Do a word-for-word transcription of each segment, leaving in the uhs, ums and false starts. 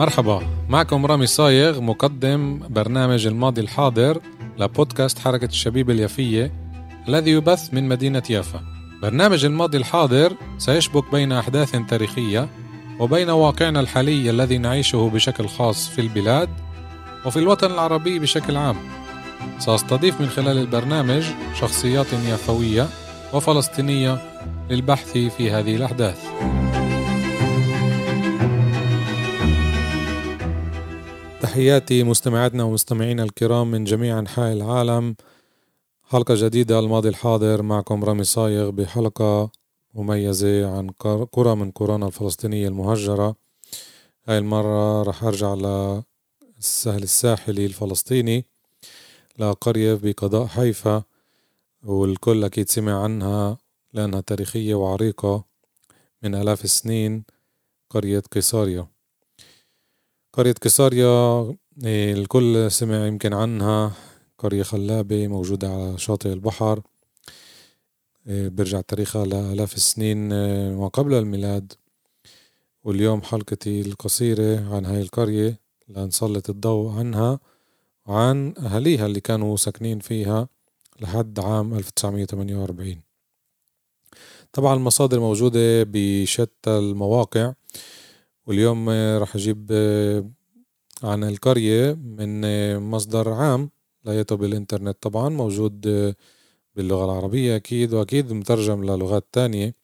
مرحبا، معكم رامي صايغ مقدم برنامج الماضي الحاضر لبودكاست حركة الشبيب اليافية الذي يبث من مدينة يافا. برنامج الماضي الحاضر سيشبك بين أحداث تاريخية وبين واقعنا الحالي الذي نعيشه بشكل خاص في البلاد وفي الوطن العربي بشكل عام. سأستضيف من خلال البرنامج شخصيات يافوية وفلسطينية للبحث في هذه الأحداث. تحياتي مستمعاتنا ومستمعينا الكرام من جميع أنحاء العالم. حلقة جديدة الماضي الحاضر، معكم رامي صايغ بحلقة مميزة عن قرى من قرانا الفلسطينية المهجرة. هاي المرة رح أرجع للسهل الساحلي الفلسطيني، لقرية بقضاء حيفا، والكل أكيد سمع عنها لأنها تاريخية وعريقة من آلاف السنين، قرية قيصاريا. قرية قيصاريا الكل سمع يمكن عنها، قرية خلابة موجودة على شاطئ البحر، برجع تاريخها لآلاف السنين ما قبل الميلاد. واليوم حلقتي القصيرة عن هاي القرية لنسلط الضوء عنها وعن أهليها اللي كانوا ساكنين فيها لحد عام ألف وتسعمية وثمانية وأربعين. طبعا المصادر موجودة بشتى المواقع، واليوم رح أجيب عن القرية من مصدر عام لقيته بالإنترنت، طبعا موجود باللغة العربية أكيد، وأكيد مترجم للغات تانية،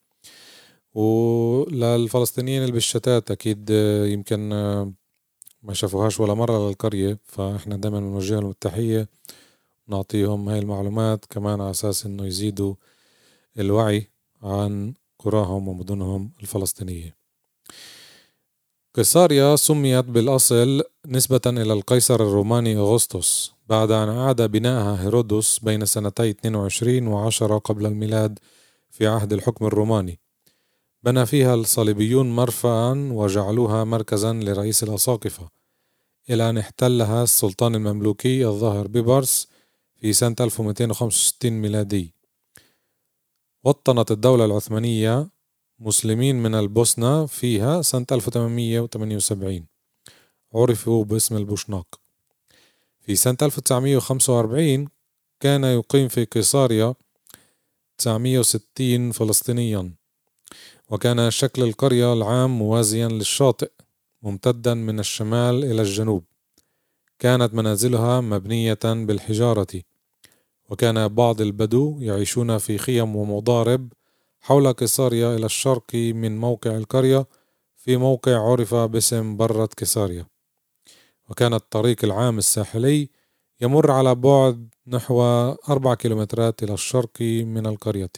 وللفلسطينيين اللي بالشتات أكيد يمكن ما شافوهاش ولا مرة للقرية، فإحنا دائما بنوجه لهم التحية ونعطيهم هاي المعلومات كمان على أساس إنه يزيدوا الوعي عن قراهم ومدنهم الفلسطينية. قيصاريا سميت بالأصل نسبة إلى القيصر الروماني أغسطس بعد أن أعاد بناءها هيرودوس بين سنتي اثنين وعشرين وعشرة قبل الميلاد في عهد الحكم الروماني. بنى فيها الصليبيون مرفأً وجعلوها مركزاً لرئيس الأساقفة، إلى أن احتلها السلطان المملوكي الظاهر بيبرس في سنة ألف ومئتين وخمسة وستين ميلادي. وطنت الدولة العثمانية مسلمين من البوسنة فيها سنة ألف وثمانمية وثمانية وسبعين، عرفوا باسم البوشناق. في سنة ألف وتسعمية وخمسة وأربعين كان يقيم في قيصاريا تسعمية وستين فلسطينيا، وكان شكل القرية العام موازيا للشاطئ ممتدا من الشمال إلى الجنوب. كانت منازلها مبنية بالحجارة، وكان بعض البدو يعيشون في خيم ومضارب حول قيصاريا إلى الشرق من موقع القرية في موقع عرف باسم برة قيصاريا. وكان الطريق العام الساحلي يمر على بعد نحو أربع كيلومترات إلى الشرق من القرية.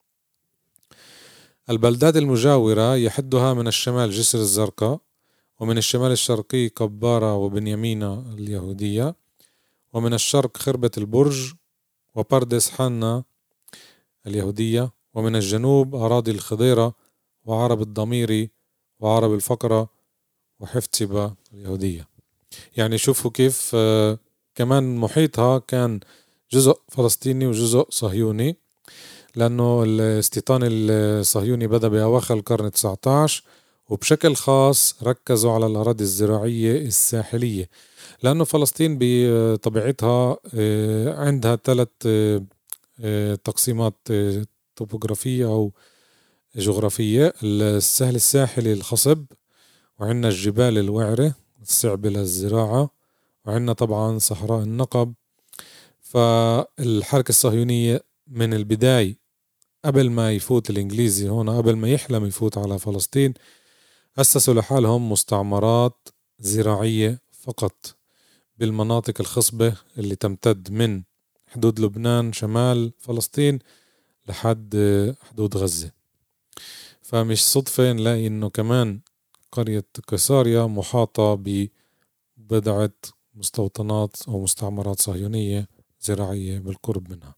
البلدات المجاورة يحدها من الشمال جسر الزرقاء، ومن الشمال الشرقي كبارة وبنيامينا اليهودية، ومن الشرق خربة البرج وبردس حنا اليهودية، ومن الجنوب أراضي الخضيرة وعرب الضميري وعرب الفقرة وحفتبة اليهودية. يعني شوفوا كيف آه كمان محيطها كان جزء فلسطيني وجزء صهيوني، لأنه الاستيطان الصهيوني بدأ بأواخر القرن التاسع عشر، وبشكل خاص ركزوا على الأراضي الزراعية الساحلية، لأنه فلسطين بطبيعتها آه عندها ثلاث آه تقسيمات آه توبوغرافية أو جغرافية: السهل الساحلي الخصب، وعندنا الجبال الوعرة الصعبة للزراعة، وعندنا طبعا صحراء النقب. فالحركة الصهيونية من البداية قبل ما يفوت الإنجليزي هون، قبل ما يحلم يفوت على فلسطين، أسسوا لحالهم مستعمرات زراعية فقط بالمناطق الخصبة اللي تمتد من حدود لبنان شمال فلسطين لحد حدود غزة. فمش صدفة نلاقي إنه كمان قرية قيصاريا محاطة ببضعة مستوطنات أو مستعمرات صهيونية زراعية بالقرب منها.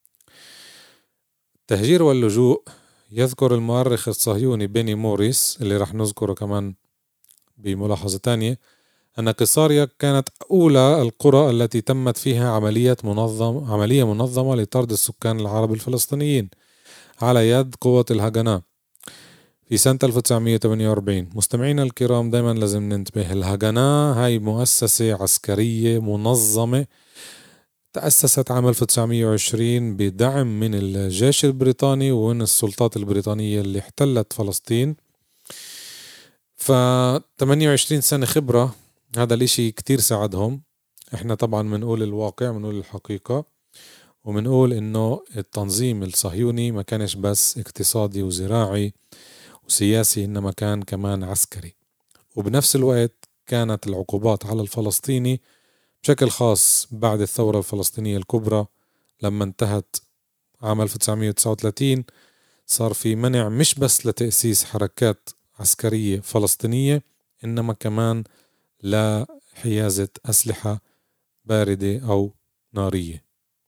التهجير واللجوء. يذكر المؤرخ الصهيوني بيني موريس، اللي رح نذكره كمان بملاحظة تانية، أن قيصاريا كانت أولى القرى التي تمت فيها عملية منظم عملية منظمة لطرد السكان العرب الفلسطينيين على يد قوة الهجنة. في سنة ألف وتسعمية وثمانية وأربعين. مستمعينا الكرام دايما لازم ننتبه، الهاغانا هاي مؤسسة عسكرية منظمة تأسست عام ألف وتسعمية وعشرين بدعم من الجيش البريطاني ومن السلطات البريطانية اللي احتلت فلسطين. ف ثمانية وعشرين سنة خبرة، هذا الاشي كتير ساعدهم. احنا طبعا منقول الواقع، منقول الحقيقة، ومنقول انه التنظيم الصهيوني ما كانش بس اقتصادي وزراعي وسياسي، انما كان كمان عسكري. وبنفس الوقت كانت العقوبات على الفلسطيني بشكل خاص بعد الثورة الفلسطينية الكبرى لما انتهت عام ألف وتسعمية وتسعة وثلاثين، صار في منع مش بس لتأسيس حركات عسكرية فلسطينية، إنما كمان لحيازة أسلحة باردة أو نارية.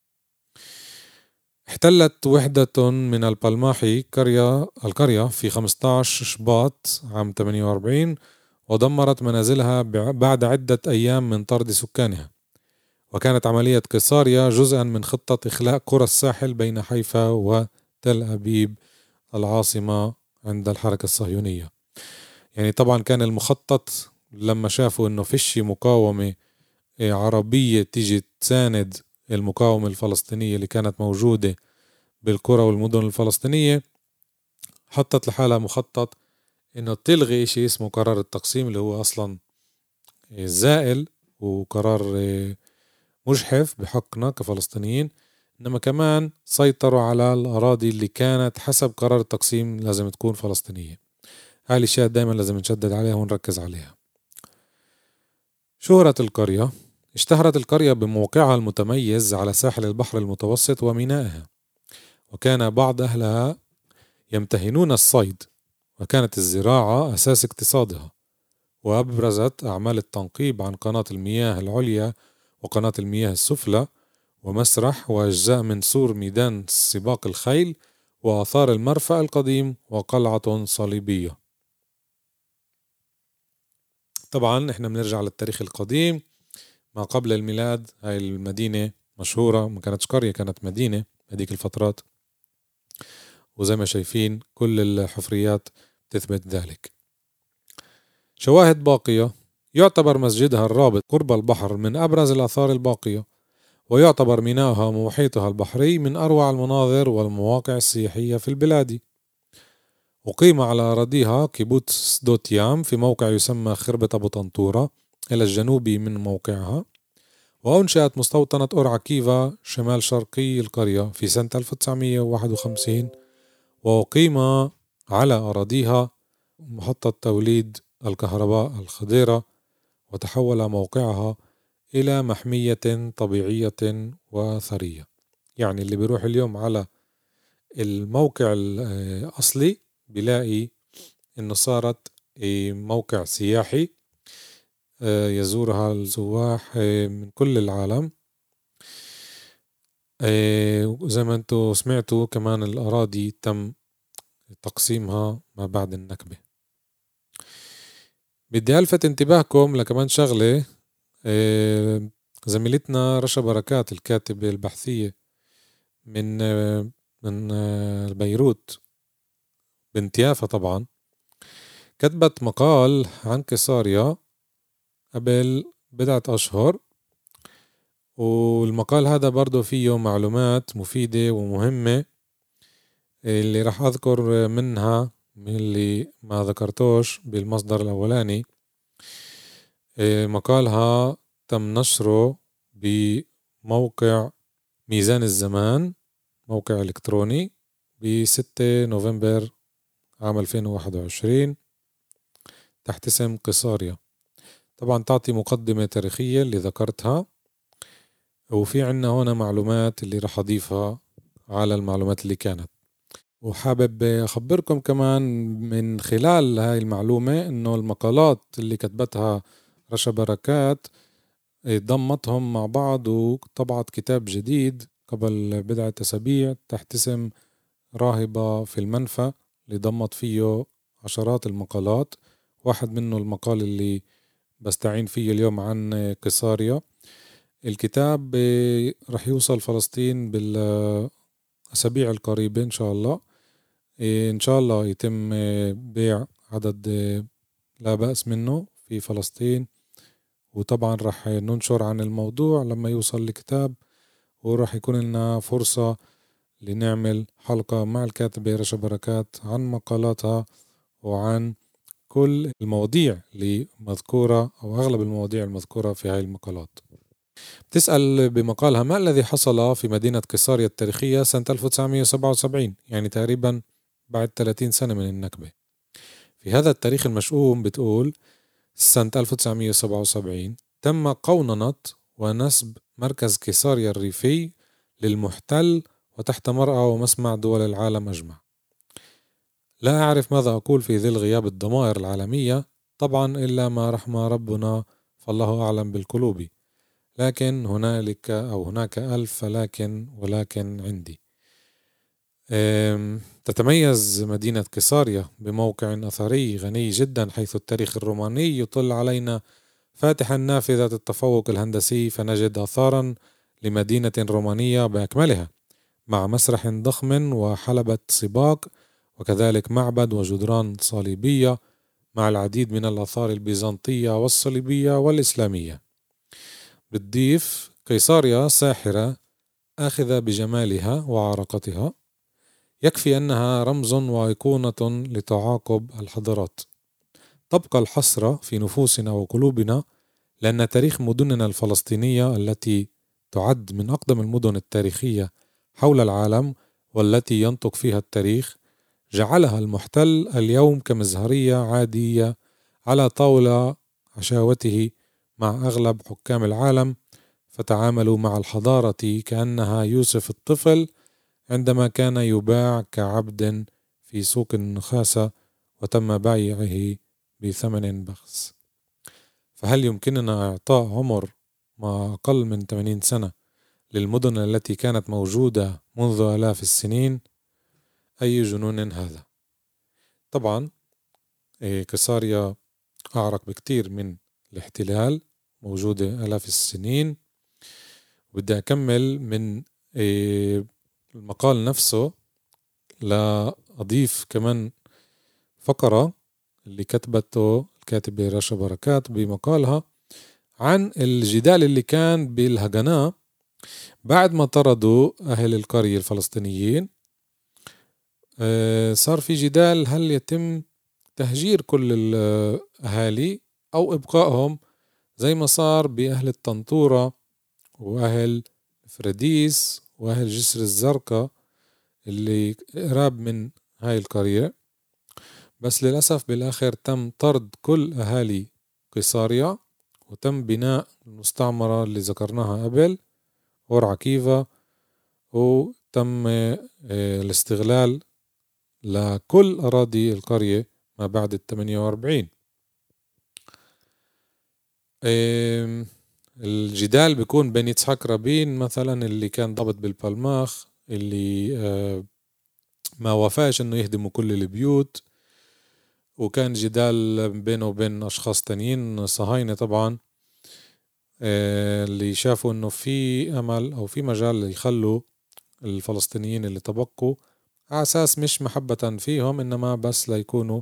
احتلت وحدة من البلماحي قرية القرية في خمسة عشر شباط عام ثمانية وأربعين، ودمرت منازلها بعد عدة أيام من طرد سكانها. وكانت عملية قيصاريا جزءا من خطة إخلاء قرى الساحل بين حيفا وتل أبيب العاصمة عند الحركة الصهيونية. يعني طبعا كان المخطط لما شافوا انه فيش مقاومة عربية تيجي تساند المقاومة الفلسطينية اللي كانت موجودة بالقرى والمدن الفلسطينية، حطت لحالها مخطط انه تلغي اشي اسمه قرار التقسيم اللي هو اصلا زائل وقرار مجحف بحقنا كفلسطينيين، انما كمان سيطروا على الاراضي اللي كانت حسب قرار التقسيم لازم تكون فلسطينية. هاي الاشياء دايما لازم نشدد عليها ونركز عليها. شهرة القرية: اشتهرت القرية بموقعها المتميز على ساحل البحر المتوسط ومينائها، وكان بعض أهلها يمتهنون الصيد، وكانت الزراعة أساس اقتصادها. وأبرزت أعمال التنقيب عن قناة المياه العليا وقناة المياه السفلى ومسرح وأجزاء من سور ميدان سباق الخيل وآثار المرفأ القديم وقلعة صليبية. طبعا احنا بنرجع للتاريخ القديم ما قبل الميلاد. هاي المدينة مشهورة، ما كانتش قرية، كانت مدينة هذيك الفترات، وزي ما شايفين كل الحفريات تثبت ذلك. شواهد باقية: يعتبر مسجدها الرابط قرب البحر من أبرز الآثار الباقية، ويعتبر ميناؤها ومحيطها البحري من أروع المناظر والمواقع السياحية في البلاد. وقيم على أراضيها كيبوتس دوت يام في موقع يسمى خربة أبو طنطورة إلى الجنوب من موقعها. وأنشأت مستوطنة أورعا كيفا شمال شرقي القرية في سنة ألف وتسعمية وواحد وخمسين، وقيم على أراضيها محطة توليد الكهرباء الخضيرة، وتحول موقعها إلى محمية طبيعية وثرية. يعني اللي بيروح اليوم على الموقع الأصلي بيلاقي إنه صارت موقع سياحي يزورها السواح من كل العالم. وزي ما انتو سمعتوا كمان الأراضي تم تقسيمها ما بعد النكبة. بدي ألفت انتباهكم لكمان شغلة. زميلتنا رشا بركات الكاتبة البحثية من من بيروت بنت يافا طبعا، كتبت مقال عن قيصاريا قبل بضعة أشهر، والمقال هذا برضو فيه معلومات مفيدة ومهمة اللي راح أذكر منها من اللي ما ذكرتوش بالمصدر الأولاني. مقالها تم نشره بموقع ميزان الزمان، موقع إلكتروني، بستة نوفمبر عام ألفين وواحد وعشرين تحت اسم قيصاريا. طبعا تعطي مقدمة تاريخية اللي ذكرتها، وفي عنا هنا معلومات اللي راح أضيفها على المعلومات اللي كانت. وحابب أخبركم كمان من خلال هاي المعلومة إنه المقالات اللي كتبتها رشا بركات ضمتهم مع بعض وطبعت كتاب جديد قبل بضعة أسابيع تحت اسم راهبة في المنفى، اللي ضمت فيه عشرات المقالات. واحد منه المقال اللي بستعين فيه اليوم عن قيصاريا. الكتاب رح يوصل فلسطين بالأسابيع القريبة إن شاء الله. إن شاء الله يتم بيع عدد لا بأس منه في فلسطين، وطبعا رح ننشر عن الموضوع لما يوصل الكتاب، ورح يكون لنا فرصة لنعمل حلقة مع الكاتبة رشا بركات عن مقالاتها وعن كل المواضيع اللي مذكورة أو أغلب المواضيع المذكورة في هاي المقالات. تسأل بمقالها: ما الذي حصل في مدينة قيصاريا التاريخية سنة ألف وتسعمائة وسبعة وسبعين؟ يعني تقريبا بعد ثلاثين سنة من النكبة. في هذا التاريخ المشؤوم بتقول: سنة ألف وتسعمائة وسبعة وسبعين تم قوننة ونسب مركز قيصاريا الريفي للمحتل وتحت مرأى ومسمع دول العالم أجمع. لا أعرف ماذا أقول في ظل غياب الضمائر العالمية، طبعا إلا ما رحم ربنا فالله أعلم بالقلوب، لكن هنالك أو هناك ألف فلكن ولكن عندي. تتميز مدينة قيصاريا بموقع أثري غني جدا، حيث التاريخ الروماني يطل علينا فاتحا نافذة التفوق الهندسي، فنجد آثارا لمدينة رومانية بأكملها مع مسرح ضخم وحلبة سباق، وكذلك معبد وجدران صليبية مع العديد من الآثار البيزنطية والصليبية والإسلامية. بتضيف قيصاريا ساحرة آخذة بجمالها وعراقتها، يكفي أنها رمز وأيقونة لتعاقب الحضارات. تبقى الحسرة في نفوسنا وقلوبنا لأن تاريخ مدننا الفلسطينية التي تعد من أقدم المدن التاريخية حول العالم والتي ينطق فيها التاريخ جعلها المحتل اليوم كمزهرية عادية على طاولة عشاوته مع أغلب حكام العالم، فتعاملوا مع الحضارة كأنها يوسف الطفل عندما كان يباع كعبد في سوق النخاسة وتم بيعه بثمن بخس. فهل يمكننا إعطاء عمر ما أقل من ثمانين سنة للمدن التي كانت موجودة منذ آلاف السنين؟ أي جنون هذا! طبعا قيصاريا أعرق بكتير من الاحتلال، موجودة آلاف السنين. بدي أكمل من المقال نفسه لأضيف كمان فقرة اللي كتبته الكاتبة رشا بركات بمقالها عن الجدال اللي كان بالهجناء بعد ما طردوا أهل القرية الفلسطينيين. صار في جدال هل يتم تهجير كل الأهالي أو إبقائهم زي ما صار بأهل الطنطورة وأهل فريديس وأهل جسر الزرقاء اللي قراب من هاي القرية. بس للأسف بالآخر تم طرد كل أهالي قيصاريا وتم بناء المستعمرة اللي ذكرناها قبل أور عكيفة، وتم الاستغلال لكل أراضي القرية ما بعد الثمانية وأربعين. الجدال بيكون بين يتسحق رابين مثلا اللي كان ضابط بالبلماخ اللي ما وافاش انه يهدموا كل البيوت، وكان جدال بينه وبين اشخاص تانيين صهاينة طبعا اللي شافوا انه في امل او في مجال يخلوا الفلسطينيين اللي تبقوا على اساس مش محبة فيهم انما بس ليكونوا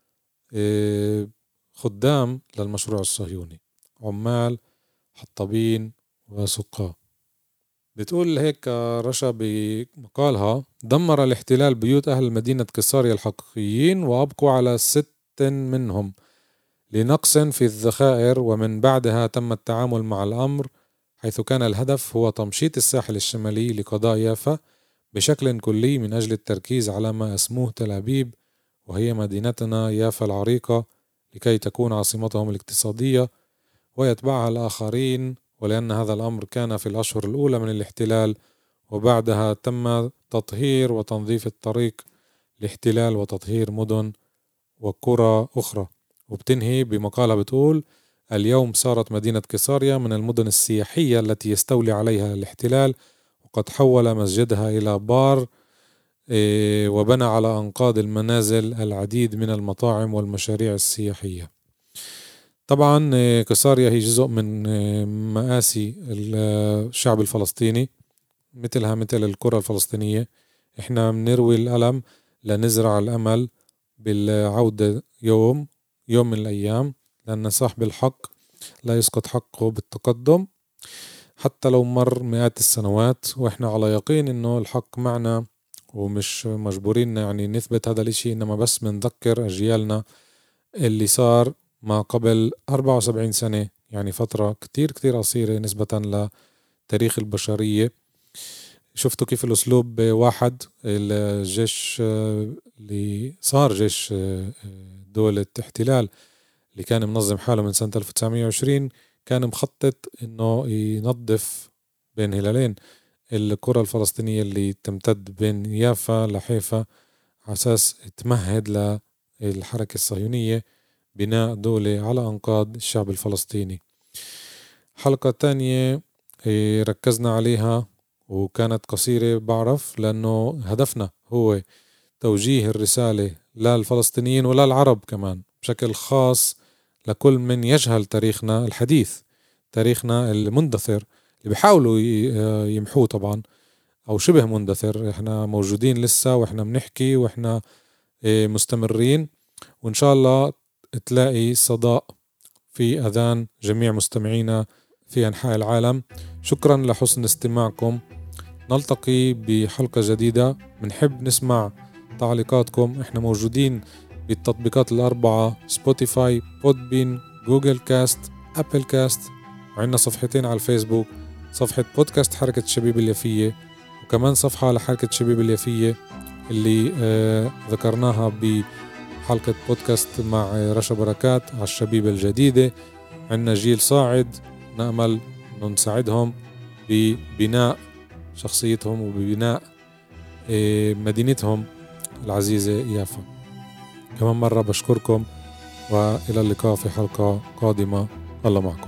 خدام للمشروع الصهيوني، عمال حطابين وسقاة. بتقول هيك رشا بمقالها: دمر الاحتلال بيوت أهل مدينة قيصاريا الحقيقيين وأبقوا على ست منهم لنقص في الذخائر، ومن بعدها تم التعامل مع الأمر حيث كان الهدف هو تمشيط الساحل الشمالي لقضاء يافا بشكل كلي من أجل التركيز على ما اسموه تل أبيب، وهي مدينتنا يافا العريقة، لكي تكون عاصمتهم الاقتصادية ويتبعها الآخرين، ولأن هذا الأمر كان في الأشهر الأولى من الاحتلال، وبعدها تم تطهير وتنظيف الطريق لاحتلال وتطهير مدن وقرى أخرى. وبتنهي بمقالة بتقول: اليوم صارت مدينة قيصاريا من المدن السياحية التي يستولي عليها الاحتلال، وقد حول مسجدها إلى بار وبنى على أنقاض المنازل العديد من المطاعم والمشاريع السياحية. طبعا قيصاريا هي جزء من مآسي الشعب الفلسطيني، مثلها مثل القرى الفلسطينية. احنا بنروي الألم لنزرع الأمل بالعودة يوم يوم من الأيام، لأن صاحب الحق لا يسقط حقه بالتقدم حتى لو مر مئات السنوات. وإحنا على يقين إنه الحق معنا، ومش مجبورين يعني نثبت هذا الاشي، إنما بس منذكر أجيالنا اللي صار ما قبل أربعة وسبعين سنة، يعني فترة كتير كتير قصيرة نسبة لتاريخ البشرية. شفتوا كيف الأسلوب واحد الجيش اللي صار جيش دولة احتلال اللي كان منظم حاله من سنة ألف وتسعمية وعشرين كان مخطط إنه ينظف بين هلالين القرى الفلسطينية اللي تمتد بين يافا لحيفا على أساس تمهد للحركة الصهيونية بناء دولة على أنقاض الشعب الفلسطيني. حلقة تانية ركزنا عليها وكانت قصيرة بعرف، لأنه هدفنا هو توجيه الرسالة للفلسطينيين ولا العرب كمان بشكل خاص، لكل من يجهل تاريخنا الحديث، تاريخنا المندثر اللي بيحاولوا يمحوه طبعا أو شبه مندثر. إحنا موجودين لسه وإحنا بنحكي وإحنا مستمرين، وإن شاء الله تلاقي صداء في أذان جميع مستمعينا في أنحاء العالم. شكرا لحسن استماعكم، نلتقي بحلقة جديدة. بنحب نسمع تعليقاتكم، احنا موجودين بالتطبيقات الأربعة: سبوتيفاي، بودبين، جوجل كاست، أبل كاست، وعندنا صفحتين على الفيسبوك، صفحة بودكاست حركة الشبيب اليافية، وكمان صفحة لحركة الشبيب اليافية اللي آه ذكرناها بحلقة بودكاست مع رشا بركات على الشبيبة الجديدة. عندنا جيل صاعد نأمل أن نساعدهم ببناء شخصيتهم وببناء مدينتهم العزيزة يافا. كمان مرة بشكركم، وإلى اللقاء في حلقة قادمة. الله معكم.